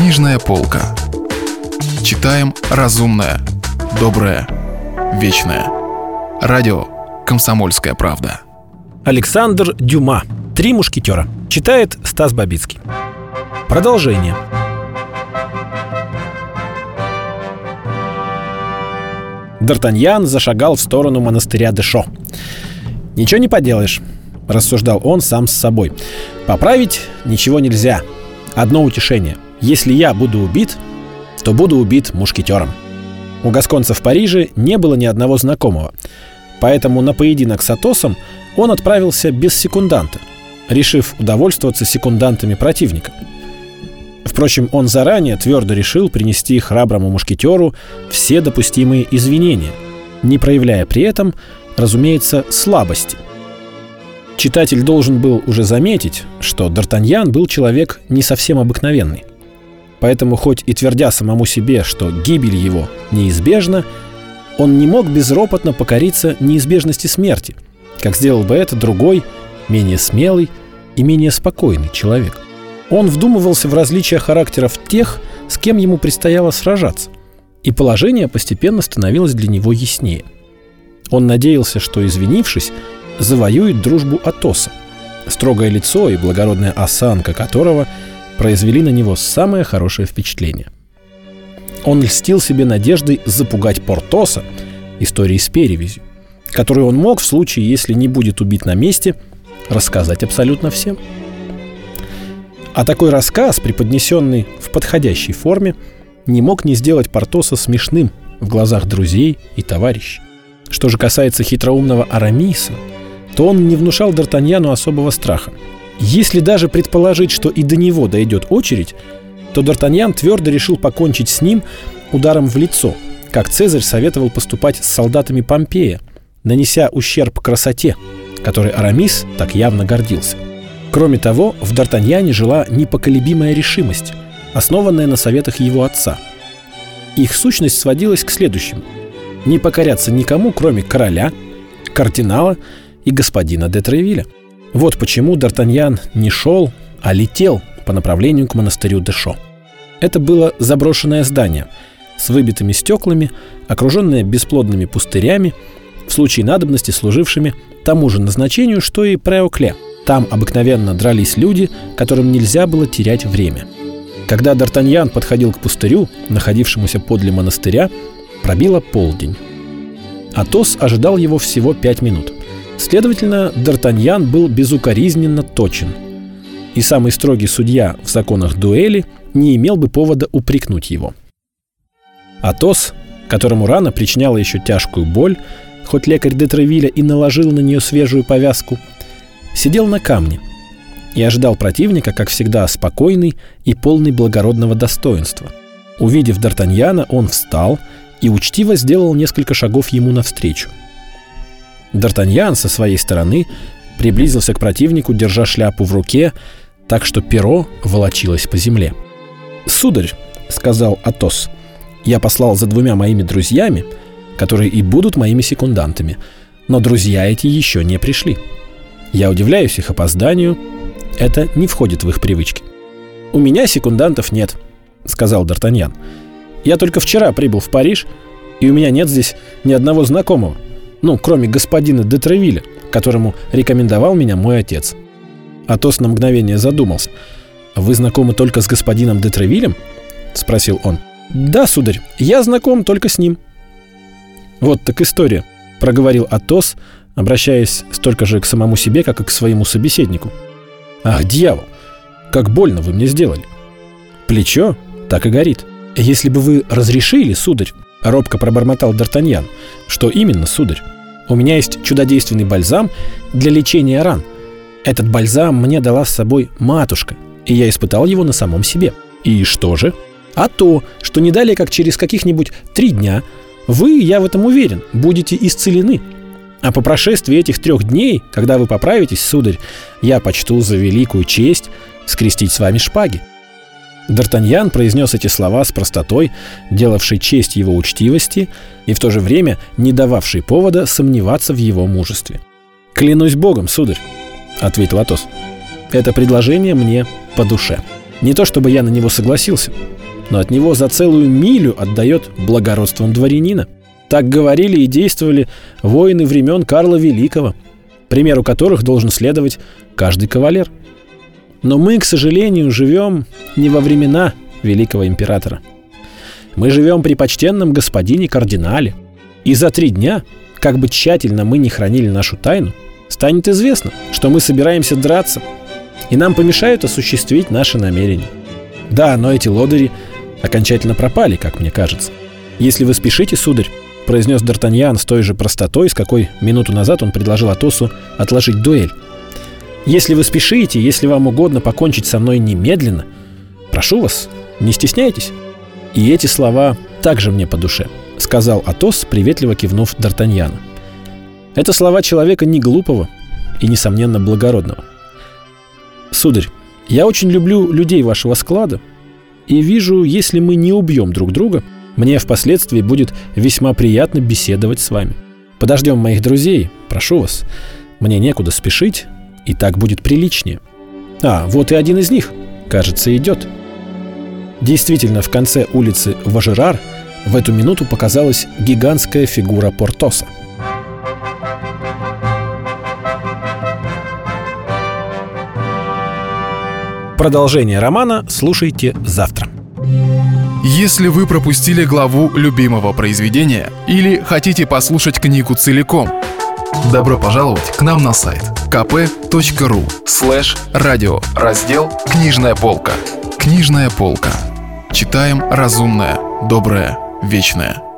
Книжная полка. Читаем разумное, доброе, вечное. Радио «Комсомольская правда». Александр Дюма. «Три мушкетера». Читает Стас Бабицкий. Продолжение. Д'Артаньян зашагал в сторону монастыря Дэшо. «Ничего не поделаешь», — рассуждал он сам с собой. «Поправить ничего нельзя. Одно утешение. Если я буду убит, то буду убит мушкетером». У гасконца в Париже не было ни одного знакомого. Поэтому на поединок с Атосом он отправился без секунданта, решив удовольствоваться секундантами противника. Впрочем, он заранее твердо решил принести храброму мушкетеру все допустимые извинения, не проявляя при этом, разумеется, слабости. Читатель должен был уже заметить, что Д'Артаньян был человек не совсем обыкновенный. Поэтому, хоть и твердя самому себе, что гибель его неизбежна, он не мог безропотно покориться неизбежности смерти, как сделал бы это другой, менее смелый и менее спокойный человек. Он вдумывался в различия характеров тех, с кем ему предстояло сражаться, и положение постепенно становилось для него яснее. Он надеялся, что, извинившись, завоюет дружбу Атоса, строгое лицо и благородная осанка которого произвели на него самое хорошее впечатление. Он льстил себе надеждой запугать Портоса историей с перевязью, которую он мог, в случае, если не будет убит на месте, рассказать абсолютно всем. А такой рассказ, преподнесенный в подходящей форме, не мог не сделать Портоса смешным в глазах друзей и товарищей. Что же касается хитроумного Арамиса, то он не внушал Д'Артаньяну особого страха. Если даже предположить, что и до него дойдет очередь, то Д'Артаньян твердо решил покончить с ним ударом в лицо, как Цезарь советовал поступать с солдатами Помпея, нанеся ущерб красоте, которой Арамис так явно гордился. Кроме того, в Д'Артаньяне жила непоколебимая решимость, основанная на советах его отца. Их сущность сводилась к следующему: не покоряться никому, кроме короля, кардинала и господина де Тревилля. Вот почему Д'Артаньян не шел, а летел по направлению к монастырю Дэшо. Это было заброшенное здание с выбитыми стеклами, окруженное бесплодными пустырями, в случае надобности служившими тому же назначению, что и Преокле. Там обыкновенно дрались люди, которым нельзя было терять время. Когда Д'Артаньян подходил к пустырю, находившемуся подле монастыря, пробило полдень. Атос ожидал его всего 5 минут. Следовательно, Д'Артаньян был безукоризненно точен. И самый строгий судья в законах дуэли не имел бы повода упрекнуть его. Атос, которому рана причиняла еще тяжкую боль, хоть лекарь де Тревилля и наложил на нее свежую повязку, сидел на камне и ожидал противника, как всегда, спокойный и полный благородного достоинства. Увидев Д'Артаньяна, он встал и учтиво сделал несколько шагов ему навстречу. Д'Артаньян со своей стороны приблизился к противнику, держа шляпу в руке, так что перо волочилось по земле. «Сударь», — сказал Атос, — «я послал за 2 моими друзьями, которые и будут моими секундантами, но друзья эти еще не пришли. Я удивляюсь их опозданию, это не входит в их привычки». «У меня секундантов нет», — сказал Д'Артаньян. «Я только вчера прибыл в Париж, и у меня нет здесь ни одного знакомого, кроме господина де Тревилля, которому рекомендовал меня мой отец». Атос на мгновение задумался. «Вы знакомы только с господином де Тревиллем?» — спросил он. «Да, сударь, я знаком только с ним». «Вот так история», — проговорил Атос, обращаясь столько же к самому себе, как и к своему собеседнику. «Ах, дьявол, как больно вы мне сделали! Плечо так и горит». «Если бы вы разрешили, сударь», — робко пробормотал Д'Артаньян. «Что именно, сударь? У меня есть чудодейственный бальзам для лечения ран. Этот бальзам мне дала с собой матушка, и я испытал его на самом себе». «И что же?» «А то, что не далее, как через каких-нибудь 3 дня, вы, я в этом уверен, будете исцелены. А по прошествии этих 3 дней, когда вы поправитесь, сударь, я почту за великую честь скрестить с вами шпаги». Д'Артаньян произнес эти слова с простотой, делавшей честь его учтивости и в то же время не дававшей повода сомневаться в его мужестве. «Клянусь Богом, сударь», — ответил Атос, — «это предложение мне по душе». Не то чтобы я на него согласился, но от него за целую милю отдает благородством дворянина. Так говорили и действовали воины времен Карла Великого, примеру которых должен следовать каждый кавалер. Но мы, к сожалению, живем не во времена великого императора. Мы живем при почтенном господине кардинале. И за 3 дня, как бы тщательно мы ни хранили нашу тайну, станет известно, что мы собираемся драться, и нам помешают осуществить наши намерения. Да, но эти лодыри окончательно пропали, как мне кажется. «Если вы спешите, сударь», — произнес Д'Артаньян с той же простотой, с какой минуту назад он предложил Атосу отложить дуэль. «Если вы спешите, если вам угодно покончить со мной немедленно, прошу вас, не стесняйтесь». «И эти слова также мне по душе», — сказал Атос, приветливо кивнув Д'Артаньяну. «Это слова человека не глупого и, несомненно, благородного. Сударь, я очень люблю людей вашего склада и вижу, если мы не убьем друг друга, мне впоследствии будет весьма приятно беседовать с вами. Подождем моих друзей, прошу вас. Мне некуда спешить, и так будет приличнее. А, вот и один из них, кажется, идет». Действительно, в конце улицы Важерар в эту минуту показалась гигантская фигура Портоса. Продолжение романа слушайте завтра. Если вы пропустили главу любимого произведения или хотите послушать книгу целиком, добро пожаловать к нам на сайт kp.ru/радио, раздел «Книжная полка». Книжная полка. Читаем разумное, доброе, вечное.